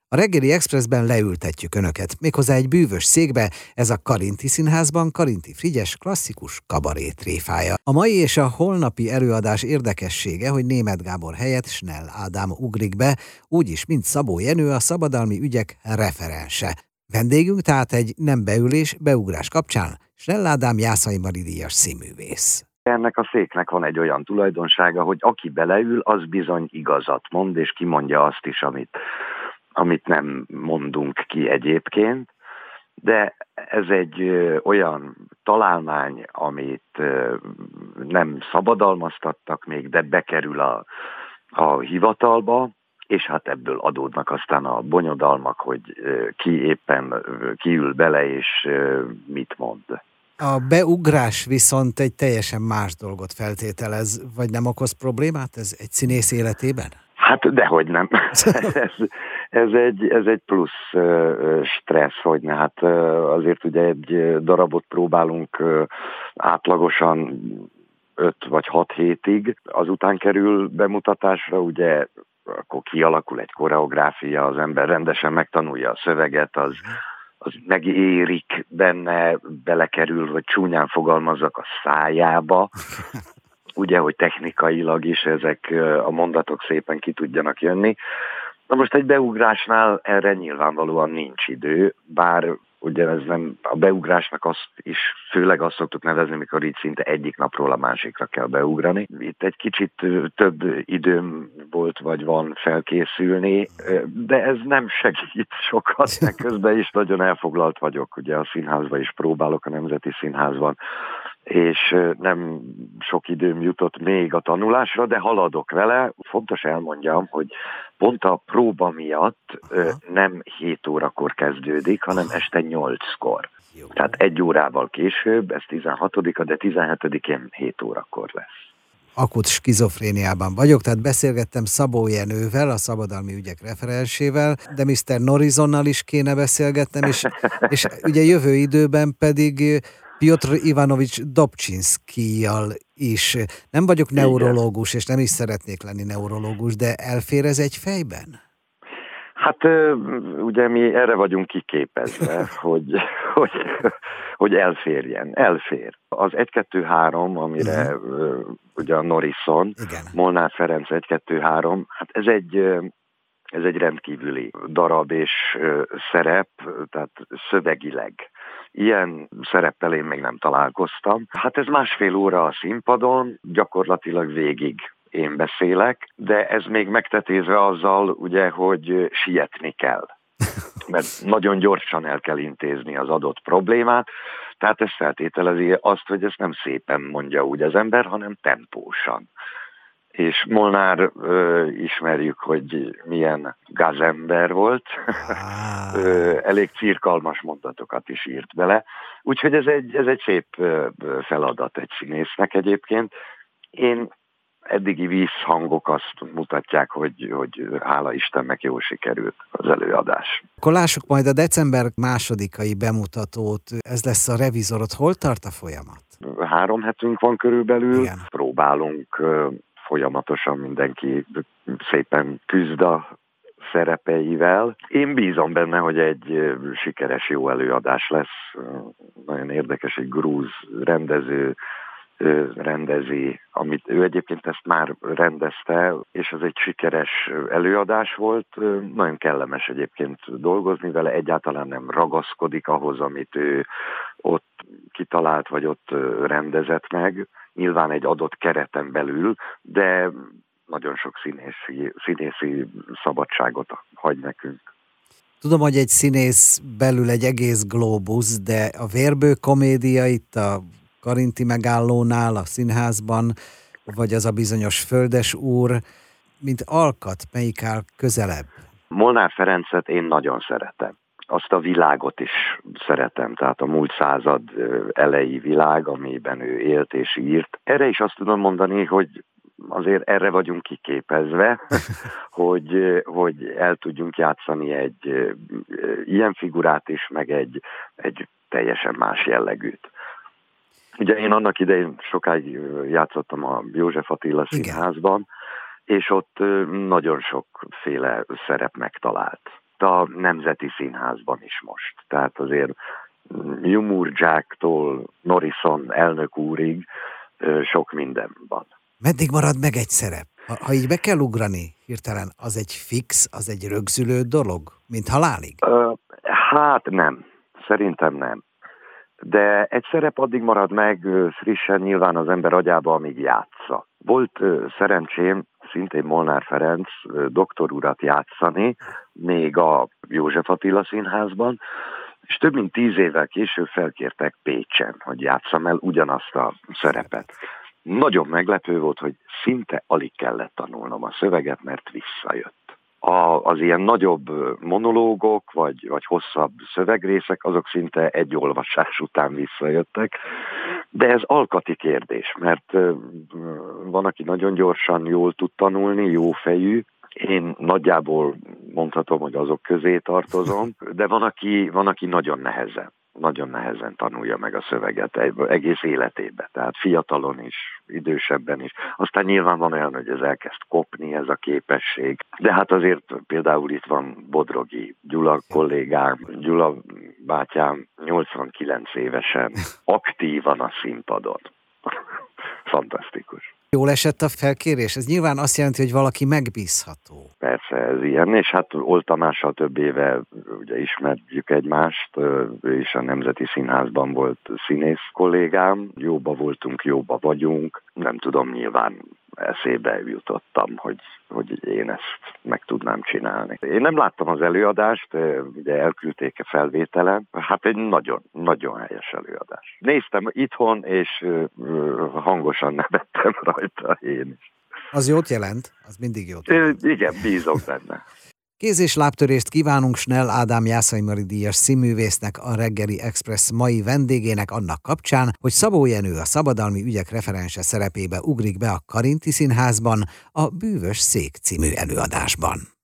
A reggeli Expressben leültetjük Önöket, méghozzá egy bűvös székbe, ez a Karinti Színházban Karinti Frigyes klasszikus kabaré tréfája. A mai és a holnapi előadás érdekessége, hogy Németh Gábor helyett Snell Ádám ugrik be, úgyis, mint Szabó Jenő, a szabadalmi ügyek referense. Vendégünk tehát egy nem beülés, beugrás kapcsán Snell Ádám Jászai Mari díjas színművész. Ennek a széknek van egy olyan tulajdonsága, hogy aki beleül, az bizony igazat mond, és kimondja azt is, amit nem mondunk ki egyébként, de ez egy olyan találmány, amit nem szabadalmaztattak még, de bekerül a hivatalba, és hát ebből adódnak aztán a bonyodalmak, hogy ki éppen kiül bele, és mit mond. A beugrás viszont egy teljesen más dolgot feltételez, vagy nem okoz problémát ez egy színész életében? Hát dehogy nem. ez egy plusz stressz, hogyne. Hát azért ugye egy darabot próbálunk átlagosan 5 vagy 6 hétig, azután kerül bemutatásra, ugye akkor kialakul egy koreográfia, az ember rendesen megtanulja a szöveget, az megérik benne, belekerül, vagy csúnyán fogalmazzak, a szájába. Ugye, hogy technikailag is ezek a mondatok szépen ki tudjanak jönni. Na most egy beugrásnál erre nyilvánvalóan nincs idő, bár ugye ez nem, a beugrásnak főleg azt szoktuk nevezni, mikor így szinte egyik napról a másikra kell beugrani. Itt egy kicsit több időm volt, vagy van felkészülni, de ez nem segít sokat, mert közben is nagyon elfoglalt vagyok, ugye a színházban is próbálok, a Nemzeti Színházban, és nem sok időm jutott még a tanulásra, de haladok vele. Fontos elmondjam, hogy pont a próba miatt nem 7 órakor kezdődik, hanem este 8-kor. Tehát 1 órával később, ez 16-a, de 17-én 7 órakor lesz. Akut skizofréniában vagyok, tehát beszélgettem Szabó Jenővel, a szabadalmi ügyek referensével, de Mr. Norrisonnal is kéne beszélgetnem, és ugye jövő időben pedig Piotr Ivanovics Dobcsinszkijjal is. Nem vagyok neurológus, és nem is szeretnék lenni neurológus, de elfér ez egy fejben? Hát ugye mi erre vagyunk kiképezve, hogy elférjen. Elfér. Az 1-2-3, amire ugye a Norrison, Molnár Ferenc 1-2-3, hát ez egy rendkívüli darab és szerep, tehát szövegileg. Ilyen szereppel én még nem találkoztam. Hát ez 1,5 óra a színpadon, gyakorlatilag végig én beszélek, de ez még megtetézve azzal, ugye, hogy sietni kell. Mert nagyon gyorsan el kell intézni az adott problémát, tehát ez feltételezi azt, hogy ezt nem szépen mondja úgy az ember, hanem tempósan. És Molnár ismerjük, hogy milyen gazember volt, elég cirkalmas mondatokat is írt bele, úgyhogy ez egy szép feladat egy színésznek egyébként. Én eddigi vízhangok azt mutatják, hogy hála Istennek jól sikerült az előadás. Akkor lássuk majd a december 2-ai bemutatót, ez lesz a Revizorod, hol tart a folyamat? 3 hetünk van körülbelül, igen. Próbálunk folyamatosan, mindenki szépen küzd a szerepeivel. Én bízom benne, hogy egy sikeres, jó előadás lesz. Nagyon érdekes, egy grúz rendező rendezi, amit ő egyébként ezt már rendezte, és ez egy sikeres előadás volt. Nagyon kellemes egyébként dolgozni vele, egyáltalán nem ragaszkodik ahhoz, amit ő ott kitalált, vagy ott rendezett meg. Nyilván egy adott kereten belül, de nagyon sok színészi szabadságot hagy nekünk. Tudom, hogy egy színész belül egy egész glóbusz, de a vérbő komédia itt a Karinti megállónál, a színházban, vagy az a bizonyos Földes úr, mint alkat, melyik áll közelebb? Molnár Ferencet én nagyon szeretem. Azt a világot is szeretem, tehát a múlt század elejé világ, amiben ő élt és írt. Erre is azt tudom mondani, hogy azért erre vagyunk kiképezve, hogy el tudjunk játszani egy ilyen figurát is, meg egy teljesen más jellegűt. Ugye én annak idején sokáig játszottam a József Attila Színházban, és ott nagyon sokféle szerep megtalált. itt a Nemzeti Színházban is most. Tehát azért Jumurdzsáktól Norrison elnök úrig sok minden van. Meddig marad meg egy szerep? Ha így be kell ugrani hirtelen, az egy fix, az egy rögzülő dolog, mint halálig? Hát nem. Szerintem nem. De egy szerep addig marad meg frissen nyilván az ember agyába, amíg játsza. Volt szerencsém szintén Molnár Ferenc doktorurat játszani, még a József Attila Színházban, és több mint 10 évvel később felkértek Pécsen, hogy játsszam el ugyanazt a szerepet. Nagyon meglepő volt, hogy szinte alig kellett tanulnom a szöveget, mert visszajött. Az ilyen nagyobb monológok, vagy hosszabb szövegrészek, azok szinte egy olvasás után visszajöttek, de ez alkati kérdés, mert van, aki nagyon gyorsan jól tud tanulni, jó fejű, én nagyjából mondhatom, hogy azok közé tartozom, de van, aki nagyon nehezen tanulja meg a szöveget egész életében, tehát fiatalon is, idősebben is. Aztán nyilván van olyan, hogy ez elkezd kopni, ez a képesség. De hát azért például itt van Bodrogi Gyula kollégám, Gyula bátyám 89 évesen aktívan a színpadon. Fantasztikus. Jól esett a felkérés? Ez nyilván azt jelenti, hogy valaki megbízható. Persze, ez ilyen, és hát Old Tamással több éve ugye ismerjük egymást, ő is a Nemzeti Színházban volt színész kollégám, jóba voltunk, jóba vagyunk, nem tudom, nyilván eszébe jutottam, hogy én ezt meg tudnám csinálni. Én nem láttam az előadást, ugye elküldték a felvételen, hát egy nagyon, nagyon helyes előadás. Néztem itthon, és hangosan nevettem rajta én is. Az jót jelent? Az mindig jót jelent. Igen, bízok benne. Kéz- és lábtörést kívánunk Snell Ádám Jászai Mari díjas színművésznek, a Reggeli Express mai vendégének annak kapcsán, hogy Szabó Jenő a szabadalmi ügyek referense szerepébe ugrik be a Karinti Színházban a Bűvös Szék című előadásban.